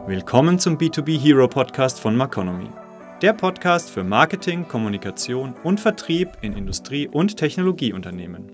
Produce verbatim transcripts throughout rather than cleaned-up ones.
Willkommen zum B zwei B Hero Podcast von Marconomy. Der Podcast für Marketing, Kommunikation und Vertrieb in Industrie- und Technologieunternehmen.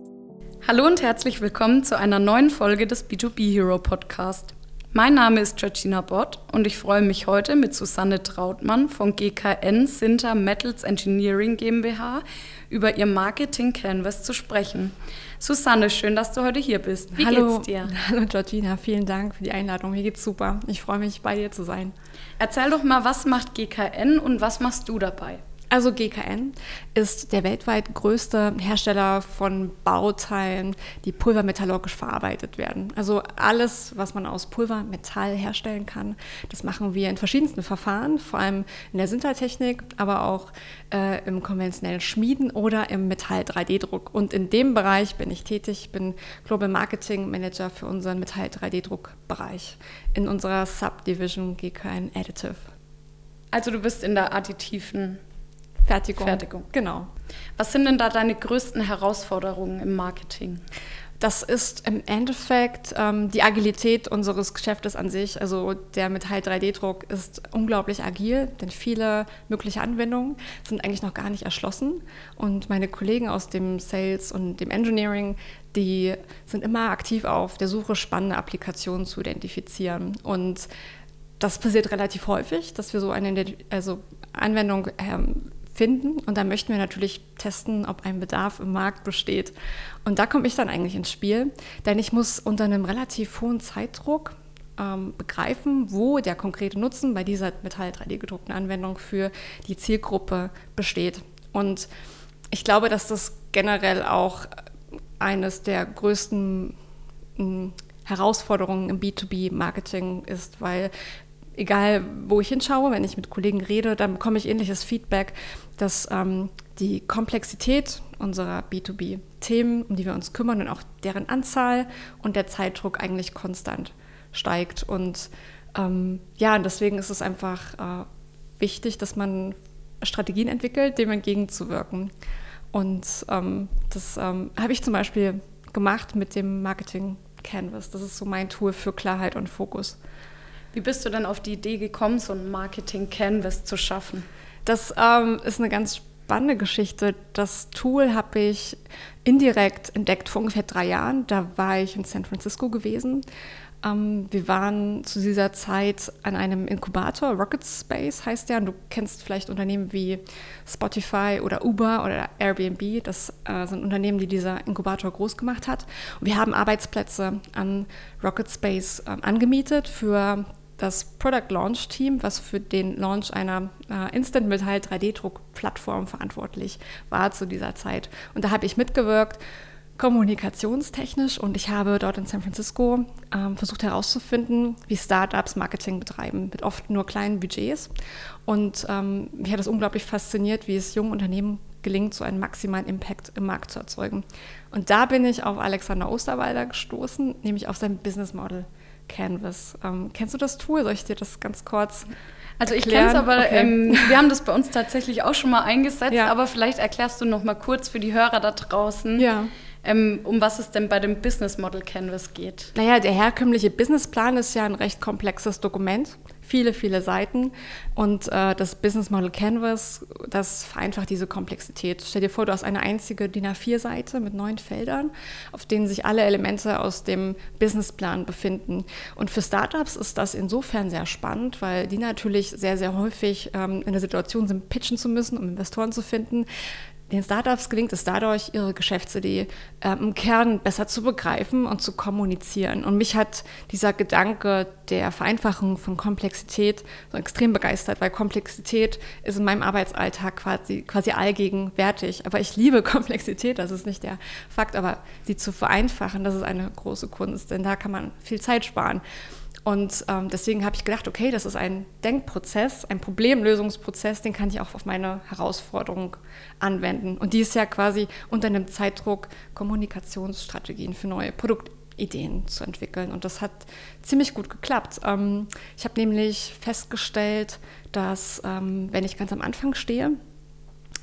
Hallo und herzlich willkommen zu einer neuen Folge des B zwei B Hero Podcast. Mein Name ist Georgina Bott und ich freue mich heute mit Susanne Trautmann von G K N Sinter Metals Engineering GmbH über ihr Marketing Canvas zu sprechen. Susanne, schön, dass du heute hier bist. Wie Hallo, geht's dir? Hallo Georgina, vielen Dank für die Einladung. Mir geht's super. Ich freue mich, bei dir zu sein. Erzähl doch mal, was macht G K N und was machst du dabei? Also G K N ist der weltweit größte Hersteller von Bauteilen, die pulvermetallurgisch verarbeitet werden. Also alles, was man aus Pulvermetall herstellen kann, das machen wir in verschiedensten Verfahren, vor allem in der Sintertechnik, aber auch äh, im konventionellen Schmieden oder im Metall drei D Druck. Und in dem Bereich bin ich tätig. Ich bin Global Marketing Manager für unseren Metall drei D Druck Bereich in unserer Subdivision G K N Additive. Also du bist in der additiven Fertigung. Fertigung. Genau. Was sind denn da deine größten Herausforderungen im Marketing? Das ist im Endeffekt ähm, die Agilität unseres Geschäftes an sich. Also der Metall drei D Druck ist unglaublich agil, denn viele mögliche Anwendungen sind eigentlich noch gar nicht erschlossen. Und meine Kollegen aus dem Sales und dem Engineering, die sind immer aktiv auf der Suche, spannende Applikationen zu identifizieren. Und das passiert relativ häufig, dass wir so eine also Anwendung ähm, finden und da möchten wir natürlich testen, ob ein Bedarf im Markt besteht. Und da komme ich dann eigentlich ins Spiel, denn ich muss unter einem relativ hohen Zeitdruck ähm, begreifen, wo der konkrete Nutzen bei dieser Metall drei D gedruckten Anwendung für die Zielgruppe besteht. Und ich glaube, dass das generell auch eines der größten mh, Herausforderungen im B zwei B Marketing ist, weil egal, wo ich hinschaue, wenn ich mit Kollegen rede, dann bekomme ich ähnliches Feedback, dass ähm, die Komplexität unserer B zwei B Themen, um die wir uns kümmern und auch deren Anzahl und der Zeitdruck eigentlich konstant steigt. Und ähm, ja, deswegen ist es einfach äh, wichtig, dass man Strategien entwickelt, dem entgegenzuwirken. Und ähm, das ähm, habe ich zum Beispiel gemacht mit dem Marketing Canvas. Das ist so mein Tool für Klarheit und Fokus. Wie bist du denn auf die Idee gekommen, so ein Marketing-Canvas zu schaffen? Das ähm, ist eine ganz spannende Geschichte. Das Tool habe ich indirekt entdeckt vor ungefähr drei Jahren. Da war ich in San Francisco gewesen. Ähm, wir waren zu dieser Zeit an einem Inkubator, Rocket Space heißt der. Und du kennst vielleicht Unternehmen wie Spotify oder Uber oder Airbnb. Das äh, sind Unternehmen, die dieser Inkubator groß gemacht hat. Und wir haben Arbeitsplätze an Rocket Space äh, angemietet für das Product Launch Team, was für den Launch einer äh, Instant Metall drei D Druck Plattform verantwortlich war zu dieser Zeit. Und da habe ich mitgewirkt, kommunikationstechnisch, und ich habe dort in San Francisco ähm, versucht herauszufinden, wie Startups Marketing betreiben, mit oft nur kleinen Budgets. Und ähm, mich hat das unglaublich fasziniert, wie es jungen Unternehmen gelingt, so einen maximalen Impact im Markt zu erzeugen. Und da bin ich auf Alexander Osterwalder gestoßen, nämlich auf sein Business Model Canvas. Ähm, kennst du das Tool? Soll ich dir das ganz kurz Also ich erklären? kenne es, aber okay. ähm, wir haben das bei uns tatsächlich auch schon mal eingesetzt, Ja. aber vielleicht erklärst du noch mal kurz für die Hörer da draußen, Ja. ähm, um was es denn bei dem Business Model Canvas geht. Naja, der herkömmliche Businessplan ist ja ein recht komplexes Dokument, viele, viele Seiten, und äh, das Business Model Canvas, das vereinfacht diese Komplexität. Stell dir vor, du hast eine einzige D I N A vier Seite mit neun Feldern, auf denen sich alle Elemente aus dem Businessplan befinden. Und für Startups ist das insofern sehr spannend, weil die natürlich sehr, sehr häufig ähm, in der Situation sind, pitchen zu müssen, um Investoren zu finden. Den Startups gelingt es dadurch, ihre Geschäftsidee äh, im Kern besser zu begreifen und zu kommunizieren. Und mich hat dieser Gedanke der Vereinfachung von Komplexität so extrem begeistert, weil Komplexität ist in meinem Arbeitsalltag quasi, quasi allgegenwärtig. Aber ich liebe Komplexität, das ist nicht der Fakt, aber sie zu vereinfachen, das ist eine große Kunst, denn da kann man viel Zeit sparen. Und ähm, deswegen habe ich gedacht, okay, das ist ein Denkprozess, ein Problemlösungsprozess, den kann ich auch auf meine Herausforderung anwenden. Und die ist ja quasi unter einem Zeitdruck, Kommunikationsstrategien für neue Produktideen zu entwickeln. Und das hat ziemlich gut geklappt. Ähm, ich habe nämlich festgestellt, dass, ähm, wenn ich ganz am Anfang stehe,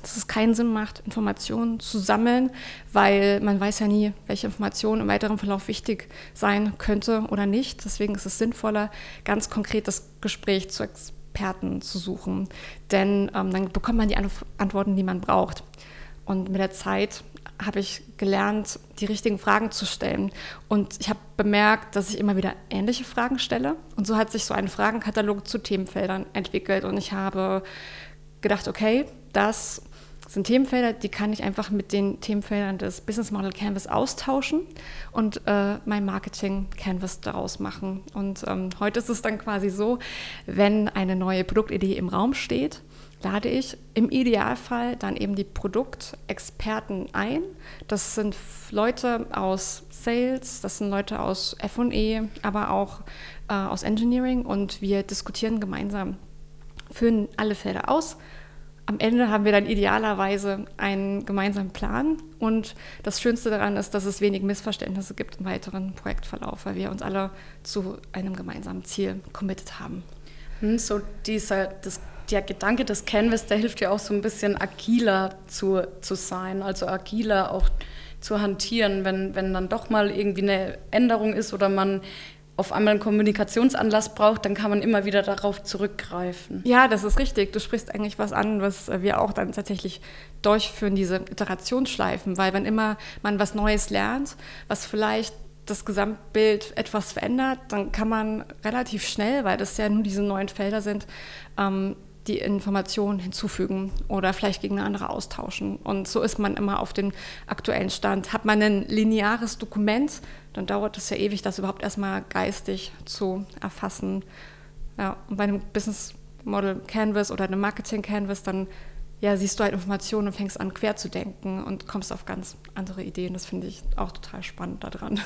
dass es keinen Sinn macht, Informationen zu sammeln, weil man weiß ja nie, welche Information im weiteren Verlauf wichtig sein könnte oder nicht. Deswegen ist es sinnvoller, ganz konkret das Gespräch zu Experten zu suchen, denn ähm, dann bekommt man die Anf- Antworten, die man braucht. Und mit der Zeit habe ich gelernt, die richtigen Fragen zu stellen. Und ich habe bemerkt, dass ich immer wieder ähnliche Fragen stelle. Und so hat sich so ein Fragenkatalog zu Themenfeldern entwickelt. Und ich habe gedacht, okay, das sind Themenfelder, die kann ich einfach mit den Themenfeldern des Business Model Canvas austauschen und äh, mein Marketing Canvas daraus machen. Und ähm, heute ist es dann quasi so, wenn eine neue Produktidee im Raum steht, lade ich im Idealfall dann eben die Produktexperten ein. Das sind Leute aus Sales, das sind Leute aus F und E, aber auch äh, aus Engineering und wir diskutieren gemeinsam, führen alle Felder aus. Am Ende haben wir dann idealerweise einen gemeinsamen Plan und das Schönste daran ist, dass es wenig Missverständnisse gibt im weiteren Projektverlauf, weil wir uns alle zu einem gemeinsamen Ziel committed haben. So dieser, das Der Gedanke des Canvas, der hilft ja auch so ein bisschen agiler zu, zu sein, also agiler auch zu hantieren, wenn, wenn dann doch mal irgendwie eine Änderung ist oder man auf einmal einen Kommunikationsanlass braucht, dann kann man immer wieder darauf zurückgreifen. Ja, das ist richtig. Du sprichst eigentlich was an, was wir auch dann tatsächlich durchführen, diese Iterationsschleifen, weil wenn immer man was Neues lernt, was vielleicht das Gesamtbild etwas verändert, dann kann man relativ schnell, weil das ja nur diese neuen Felder sind, ähm, die Informationen hinzufügen oder vielleicht gegen eine andere austauschen. Und so ist man immer auf dem aktuellen Stand. Hat man ein lineares Dokument, dann dauert es ja ewig, das überhaupt erstmal geistig zu erfassen. Ja, und bei einem Business Model Canvas oder einem Marketing Canvas, dann ja, siehst du halt Informationen und fängst an, quer zu denken und kommst auf ganz andere Ideen. Das finde ich auch total spannend daran.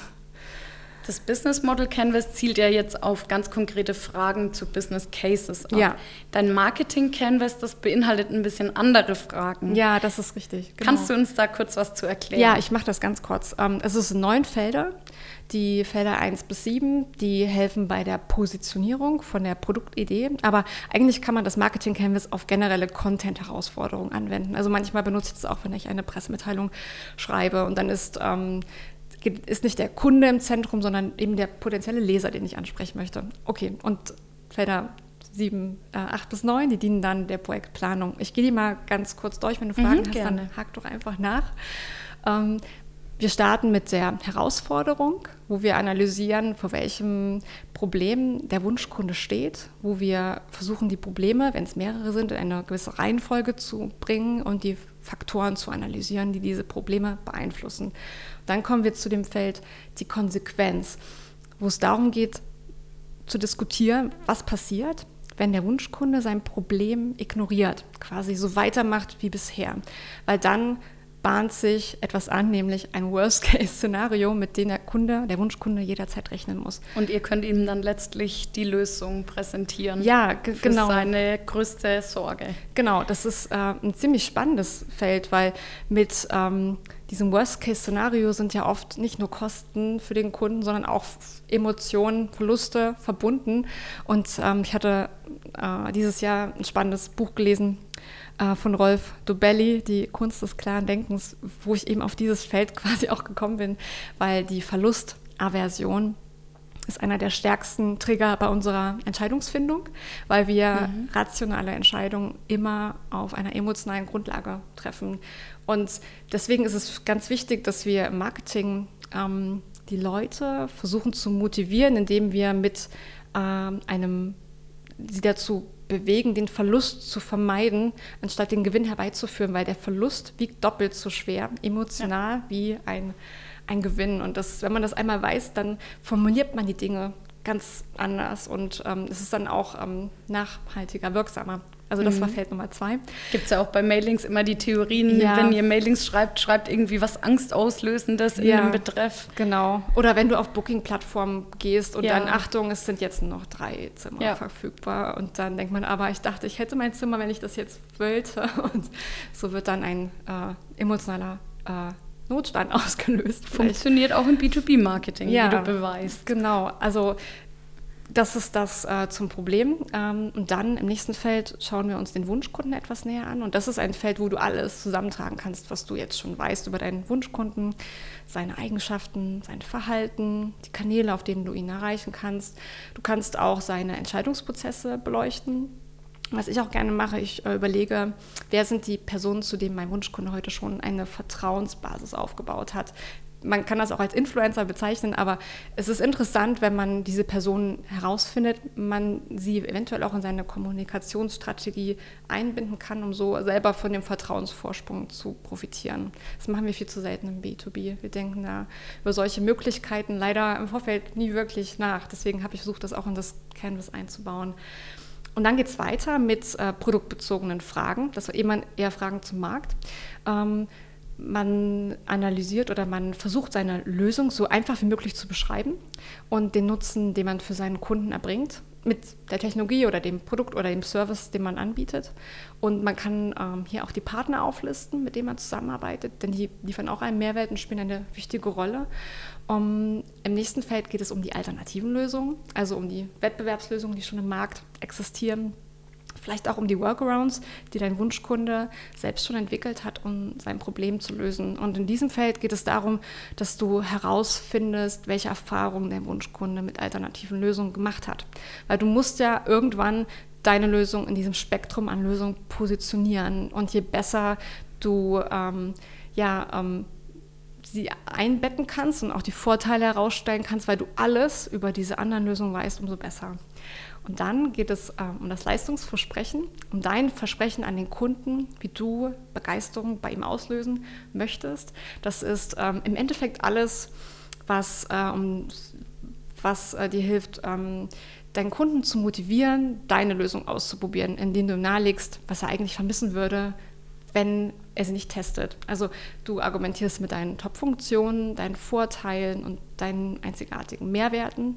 Das Business Model Canvas zielt ja jetzt auf ganz konkrete Fragen zu Business Cases ab. Ja. Dein Marketing Canvas, das beinhaltet ein bisschen andere Fragen. Ja, das ist richtig. Genau. Kannst du uns da kurz was zu erklären? Ja, ich mache das ganz kurz. Es sind neun Felder. Die Felder eins bis sieben, die helfen bei der Positionierung von der Produktidee. Aber eigentlich kann man das Marketing Canvas auf generelle Content-Herausforderungen anwenden. Also manchmal benutze ich das auch, wenn ich eine Pressemitteilung schreibe. Und dann ist ähm, ist nicht der Kunde im Zentrum, sondern eben der potenzielle Leser, den ich ansprechen möchte. Okay, und Felder sieben, acht bis neun, die dienen dann der Projektplanung. Ich gehe die mal ganz kurz durch. Wenn du Fragen mhm, hast, gerne. dann hak doch einfach nach. Ähm, wir starten mit der Herausforderung, wo wir analysieren, vor welchem Problem der Wunschkunde steht, wo wir versuchen, die Probleme, wenn es mehrere sind, in eine gewisse Reihenfolge zu bringen und die Faktoren zu analysieren, die diese Probleme beeinflussen. Dann kommen wir zu dem Feld die Konsequenz, wo es darum geht, zu diskutieren, was passiert, wenn der Wunschkunde sein Problem ignoriert, quasi so weitermacht wie bisher. Weil dann bahnt sich etwas an, nämlich ein Worst-Case-Szenario, mit dem der Kunde, der Wunschkunde jederzeit rechnen muss. Und ihr könnt ihm dann letztlich die Lösung präsentieren. Ja, g- für genau. seine größte Sorge. Genau, das ist äh, ein ziemlich spannendes Feld, weil mit ähm, diesem Worst-Case-Szenario sind ja oft nicht nur Kosten für den Kunden, sondern auch Emotionen, Verluste verbunden. Und ähm, ich hatte äh, dieses Jahr ein spannendes Buch gelesen, von Rolf Dobelli, die Kunst des klaren Denkens, wo ich eben auf dieses Feld quasi auch gekommen bin, weil die Verlustaversion ist einer der stärksten Trigger bei unserer Entscheidungsfindung, weil wir mhm. rationale Entscheidungen immer auf einer emotionalen Grundlage treffen. Und deswegen ist es ganz wichtig, dass wir im Marketing ähm, die Leute versuchen zu motivieren, indem wir mit ähm, einem, sie dazu bewegen, den Verlust zu vermeiden, anstatt den Gewinn herbeizuführen, weil der Verlust wiegt doppelt so schwer, emotional, ja. wie ein, ein Gewinn. Und das, wenn man das einmal weiß, dann formuliert man die Dinge ganz anders und ähm, es ist dann auch ähm, nachhaltiger, wirksamer. Also das mhm. war Feld Nummer zwei. Gibt es ja auch bei Mailings immer die Theorien, ja. wenn ihr Mailings schreibt, schreibt irgendwie was Angstauslösendes in ja, dem Betreff. Genau. Oder wenn du auf Booking-Plattformen gehst und ja. dann, Achtung, es sind jetzt nur noch drei Zimmer ja. verfügbar. Und dann denkt man, aber ich dachte, ich hätte mein Zimmer, wenn ich das jetzt wollte. Und so wird dann ein äh, emotionaler äh, Notstand ausgelöst. Funktioniert auch im B zwei B Marketing, ja, wie du beweist. Genau. Also Das ist das äh, zum Problem. Ähm, und dann im nächsten Feld schauen wir uns den Wunschkunden etwas näher an. Und das ist ein Feld, wo du alles zusammentragen kannst, was du jetzt schon weißt über deinen Wunschkunden, seine Eigenschaften, sein Verhalten, die Kanäle, auf denen du ihn erreichen kannst. Du kannst auch seine Entscheidungsprozesse beleuchten. Was ich auch gerne mache, ich äh, überlege, wer sind die Personen, zu denen mein Wunschkunde heute schon eine Vertrauensbasis aufgebaut hat. Man kann das auch als Influencer bezeichnen, aber es ist interessant, wenn man diese Personen herausfindet, man sie eventuell auch in seine Kommunikationsstrategie einbinden kann, um so selber von dem Vertrauensvorsprung zu profitieren. Das machen wir viel zu selten im B zwei B. Wir denken da über solche Möglichkeiten leider im Vorfeld nie wirklich nach. Deswegen habe ich versucht, das auch in das Canvas einzubauen. Und dann geht es weiter mit äh, produktbezogenen Fragen. Das war eben eher Fragen zum Markt. Ähm, Man analysiert oder man versucht, seine Lösung so einfach wie möglich zu beschreiben und den Nutzen, den man für seinen Kunden erbringt, mit der Technologie oder dem Produkt oder dem Service, den man anbietet. Und man kann ähm, hier auch die Partner auflisten, mit denen man zusammenarbeitet, denn die liefern auch einen Mehrwert und spielen eine wichtige Rolle. Um, Im nächsten Feld geht es um die alternativen Lösungen, also um die Wettbewerbslösungen, die schon im Markt existieren. Vielleicht auch um die Workarounds, die dein Wunschkunde selbst schon entwickelt hat, um sein Problem zu lösen. Und in diesem Feld geht es darum, dass du herausfindest, welche Erfahrungen dein Wunschkunde mit alternativen Lösungen gemacht hat. Weil du musst ja irgendwann deine Lösung in diesem Spektrum an Lösungen positionieren. Und je besser du ähm, ja, ähm, sie einbetten kannst und auch die Vorteile herausstellen kannst, weil du alles über diese anderen Lösungen weißt, umso besser. Und dann geht es ähm, um das Leistungsversprechen, um dein Versprechen an den Kunden, wie du Begeisterung bei ihm auslösen möchtest. Das ist ähm, im Endeffekt alles, was, äh, um, was äh, dir hilft, ähm, deinen Kunden zu motivieren, deine Lösung auszuprobieren, indem du nahelegst, was er eigentlich vermissen würde, wenn er sie nicht testet. Also du argumentierst mit deinen Top-Funktionen, deinen Vorteilen und deinen einzigartigen Mehrwerten.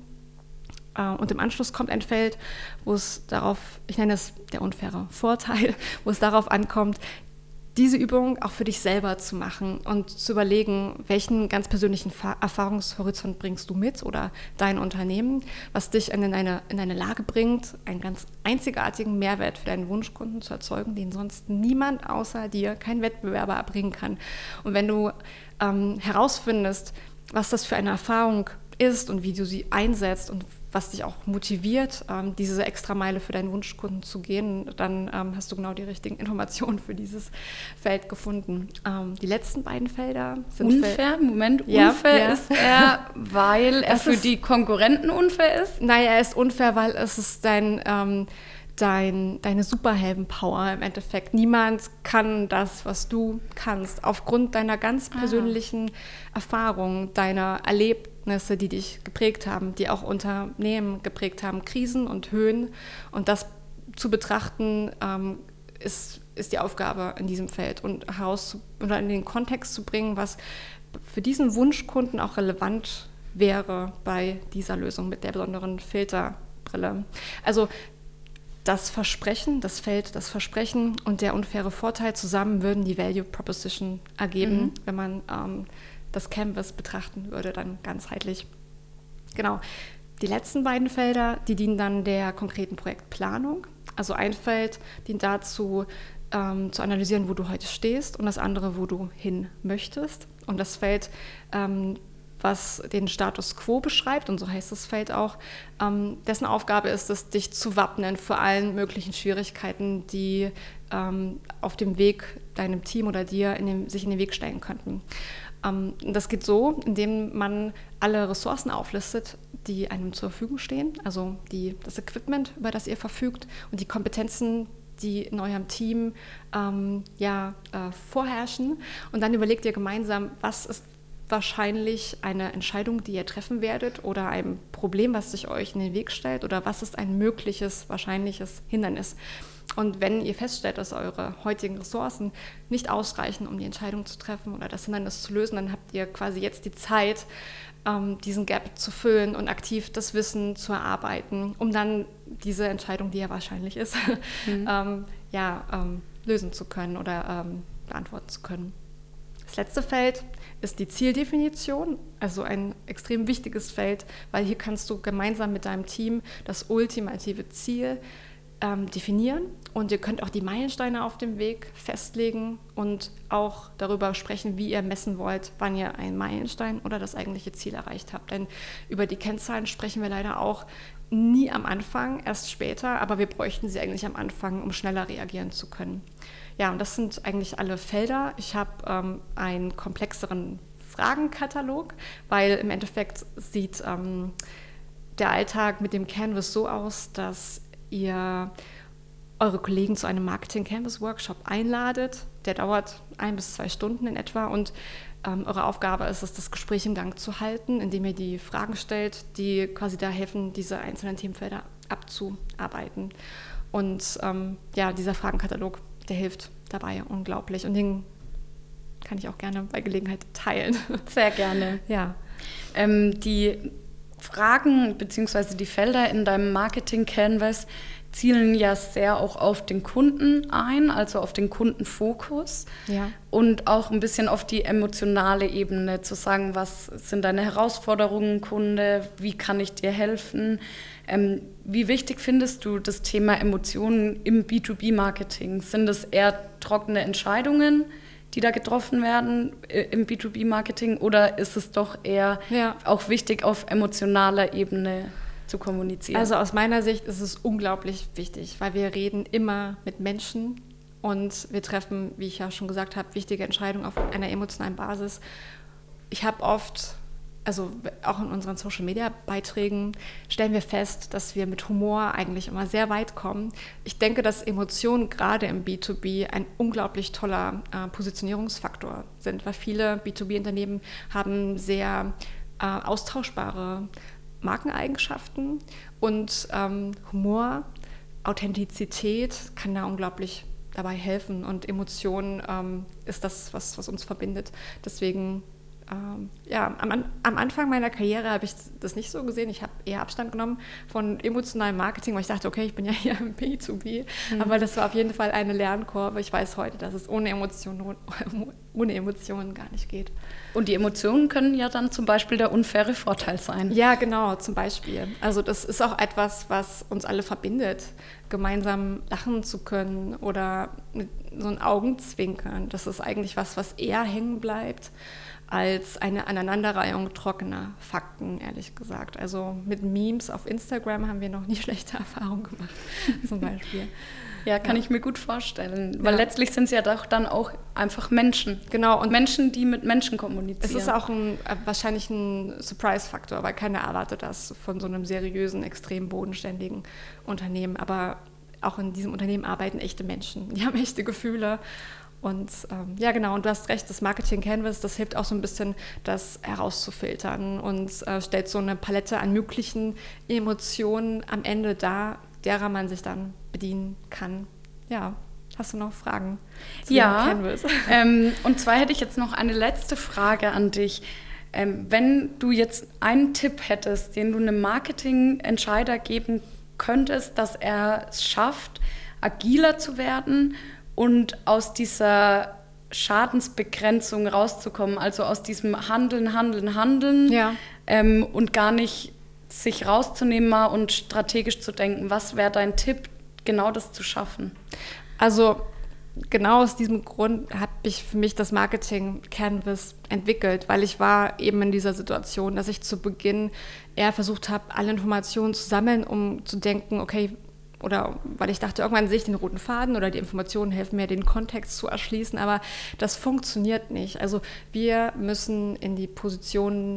Und im Anschluss kommt ein Feld, wo es darauf, ich nenne es der unfaire Vorteil, wo es darauf ankommt, diese Übung auch für dich selber zu machen und zu überlegen, welchen ganz persönlichen Erfahrungshorizont bringst du mit oder dein Unternehmen, was dich in eine, in eine Lage bringt, einen ganz einzigartigen Mehrwert für deinen Wunschkunden zu erzeugen, den sonst niemand außer dir, kein Wettbewerber erbringen kann. Und wenn du ähm, herausfindest, was das für eine Erfahrung ist und wie du sie einsetzt und was dich auch motiviert, ähm, diese Extrameile für deinen Wunschkunden zu gehen, dann ähm, hast du genau die richtigen Informationen für dieses Feld gefunden. Ähm, die letzten beiden Felder sind... Unfair? Fel- Moment, ja, unfair ja. ist er, weil er Das für ist, die Konkurrenten unfair ist? Nein, er ist unfair, weil es ist dein... Ähm, Dein, deine Superhelden-Power im Endeffekt. Niemand kann das, was du kannst, aufgrund deiner ganz persönlichen ah. Erfahrungen, deiner Erlebnisse, die dich geprägt haben, die auch Unternehmen geprägt haben, Krisen und Höhen. Und das zu betrachten, ähm, ist, ist die Aufgabe in diesem Feld und heraus oder in den Kontext zu bringen, was für diesen Wunschkunden auch relevant wäre bei dieser Lösung mit der besonderen Filterbrille. Also das Versprechen, das Feld, das Versprechen und der unfaire Vorteil zusammen würden die Value Proposition ergeben, mhm. wenn man ähm, das Canvas betrachten würde, dann ganzheitlich. Genau. Die letzten beiden Felder, die dienen dann der konkreten Projektplanung. Also ein Feld dient dazu, ähm, zu analysieren, wo du heute stehst, und das andere, wo du hin möchtest. Und das Feld, ähm, was den Status quo beschreibt, und so heißt das Feld auch, ähm, dessen Aufgabe ist es, dich zu wappnen für allen möglichen Schwierigkeiten, die ähm, auf dem Weg deinem Team oder dir in den, sich in den Weg stellen könnten. Ähm, das geht so, indem man alle Ressourcen auflistet, die einem zur Verfügung stehen, also die, das Equipment, über das ihr verfügt, und die Kompetenzen, die in eurem Team ähm, ja, äh, vorherrschen. Und dann überlegt ihr gemeinsam, was ist wahrscheinlich eine Entscheidung, die ihr treffen werdet, oder ein Problem, was sich euch in den Weg stellt, oder was ist ein mögliches, wahrscheinliches Hindernis. Und wenn ihr feststellt, dass eure heutigen Ressourcen nicht ausreichen, um die Entscheidung zu treffen oder das Hindernis zu lösen, dann habt ihr quasi jetzt die Zeit, ähm, diesen Gap zu füllen und aktiv das Wissen zu erarbeiten, um dann diese Entscheidung, die ja wahrscheinlich ist, mhm. ähm, ja, ähm, lösen zu können oder ähm, beantworten zu können. Das letzte Feld ist die Zieldefinition, also ein extrem wichtiges Feld, weil hier kannst du gemeinsam mit deinem Team das ultimative Ziel ähm, definieren und ihr könnt auch die Meilensteine auf dem Weg festlegen und auch darüber sprechen, wie ihr messen wollt, wann ihr einen Meilenstein oder das eigentliche Ziel erreicht habt. Denn über die Kennzahlen sprechen wir leider auch nie am Anfang, erst später, aber wir bräuchten sie eigentlich am Anfang, um schneller reagieren zu können. Ja, und das sind eigentlich alle Felder. Ich habe ähm, einen komplexeren Fragenkatalog, weil im Endeffekt sieht ähm, der Alltag mit dem Canvas so aus, dass ihr eure Kollegen zu einem Marketing-Canvas-Workshop einladet. Der dauert ein bis zwei Stunden in etwa und ähm, eure Aufgabe ist es, das Gespräch im Gang zu halten, indem ihr die Fragen stellt, die quasi da helfen, diese einzelnen Themenfelder abzuarbeiten. Und ähm, ja, dieser Fragenkatalog, der hilft dabei unglaublich und den kann ich auch gerne bei Gelegenheit teilen. Sehr gerne. Ja. Ähm, die Fragen bzw. die Felder in deinem Marketing-Canvas zielen ja sehr auch auf den Kunden ein, also auf den Kundenfokus ja. und auch ein bisschen auf die emotionale Ebene, zu sagen, was sind deine Herausforderungen, Kunde, wie kann ich dir helfen? Ähm, wie wichtig findest du das Thema Emotionen im B zwei B-Marketing? Sind es eher trockene Entscheidungen, die da getroffen werden äh, im B zwei B-Marketing, oder ist es doch eher ja. auch wichtig, auf emotionaler Ebene zu kommunizieren? Also aus meiner Sicht ist es unglaublich wichtig, weil wir reden immer mit Menschen und wir treffen, wie ich ja schon gesagt habe, wichtige Entscheidungen auf einer emotionalen Basis. Ich habe oft, also auch in unseren Social-Media-Beiträgen, stellen wir fest, dass wir mit Humor eigentlich immer sehr weit kommen. Ich denke, dass Emotionen gerade im B zwei B ein unglaublich toller äh, Positionierungsfaktor sind, weil viele B zwei B-Unternehmen haben sehr äh, austauschbare Markeneigenschaften und ähm, Humor, Authentizität kann da unglaublich dabei helfen und Emotionen ähm, ist das, was, was uns verbindet. Deswegen, ähm, ja, am, am Anfang meiner Karriere habe ich das nicht so gesehen. Ich habe eher Abstand genommen von emotionalem Marketing, weil ich dachte, okay, ich bin ja hier im B zwei B, mhm. aber das war auf jeden Fall eine Lernkurve. Ich weiß heute, dass es ohne Emotionen, ohne Emotionen gar nicht geht. Und die Emotionen können ja dann zum Beispiel der unfaire Vorteil sein. Ja, genau, zum Beispiel. Also das ist auch etwas, was uns alle verbindet, gemeinsam lachen zu können oder mit so ein Augenzwinkern. Das ist eigentlich was, was eher hängen bleibt als eine Aneinanderreihung trockener Fakten, ehrlich gesagt. Also mit Memes auf Instagram haben wir noch nie schlechte Erfahrungen gemacht, zum Beispiel. Ja, kann ja. ich mir gut vorstellen. Weil ja. letztlich sind es ja doch dann auch einfach Menschen. Genau. Und Menschen, die mit Menschen kommunizieren. Es ist auch ein, wahrscheinlich ein Surprise-Faktor, weil keiner erwartet das von so einem seriösen, extrem bodenständigen Unternehmen. Aber auch in diesem Unternehmen arbeiten echte Menschen. Die haben echte Gefühle. Und ähm, ja, genau, und du hast recht, das Marketing Canvas, das hilft auch so ein bisschen, das herauszufiltern und äh, stellt so eine Palette an möglichen Emotionen am Ende dar, derer man sich dann bedienen kann. Ja, hast du noch Fragen zu ja, dem Canvas? Ähm, und zwar hätte ich jetzt noch eine letzte Frage an dich. Ähm, wenn du jetzt einen Tipp hättest, den du einem Marketingentscheider geben könntest, dass er es schafft, agiler zu werden und aus dieser Schadensbegrenzung rauszukommen, also aus diesem Handeln, Handeln, Handeln ja. ähm, und gar nicht sich rauszunehmen mal und strategisch zu denken. Was wäre dein Tipp, genau das zu schaffen? Also genau aus diesem Grund habe ich für mich das Marketing Canvas entwickelt, weil ich war eben in dieser Situation, dass ich zu Beginn eher versucht habe, alle Informationen zu sammeln, um zu denken, okay, oder weil ich dachte, irgendwann sehe ich den roten Faden oder die Informationen helfen mir, den Kontext zu erschließen, aber das funktioniert nicht. Also wir müssen in die Position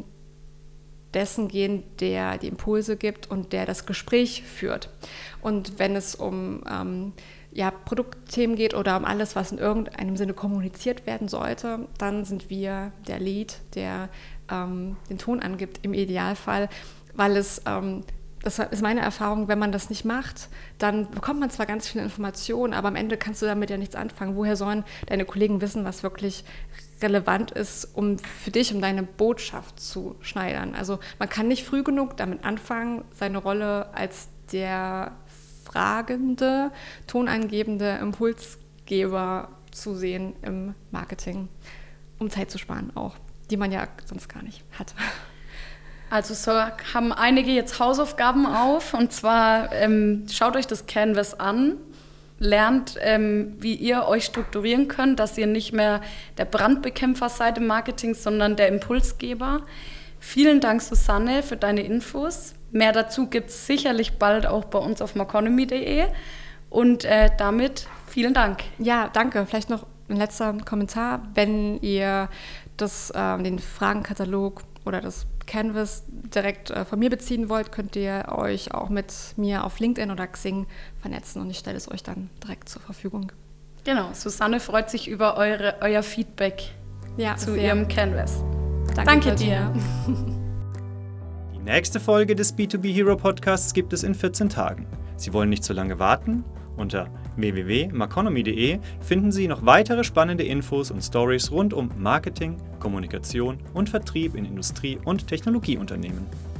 dessen gehen, der die Impulse gibt und der das Gespräch führt. Und wenn es um ähm, ja, Produktthemen geht oder um alles, was in irgendeinem Sinne kommuniziert werden sollte, dann sind wir der Lead, der ähm, den Ton angibt im Idealfall, weil es ähm, das ist meine Erfahrung, wenn man das nicht macht, dann bekommt man zwar ganz viele Informationen, aber am Ende kannst du damit ja nichts anfangen. Woher sollen deine Kollegen wissen, was wirklich relevant ist, um für dich, um deine Botschaft zu schneidern? Also man kann nicht früh genug damit anfangen, seine Rolle als der fragende, tonangebende Impulsgeber zu sehen im Marketing, um Zeit zu sparen auch. die man ja sonst gar nicht hat. Also so haben einige jetzt Hausaufgaben auf und zwar ähm, schaut euch das Canvas an, lernt, ähm, wie ihr euch strukturieren könnt, dass ihr nicht mehr der Brandbekämpfer seid im Marketing, sondern der Impulsgeber. Vielen Dank, Susanne, für deine Infos. Mehr dazu gibt es sicherlich bald auch bei uns auf maconomy punkt de und äh, damit vielen Dank. Ja, danke. Vielleicht noch ein letzter Kommentar. Wenn ihr das, äh, den Fragenkatalog oder das Canvas direkt äh, von mir beziehen wollt, könnt ihr euch auch mit mir auf LinkedIn oder Xing vernetzen und ich stelle es euch dann direkt zur Verfügung. Genau, Susanne freut sich über eure, euer Feedback ja, zu sehr. ihrem Canvas. Danke, Danke dir. Die nächste Folge des B zwei B Hero Podcasts gibt es in vierzehn Tagen. Sie wollen nicht zu lange warten? Unter w w w punkt maconomy punkt de finden Sie noch weitere spannende Infos und Stories rund um Marketing, Kommunikation und Vertrieb in Industrie- und Technologieunternehmen.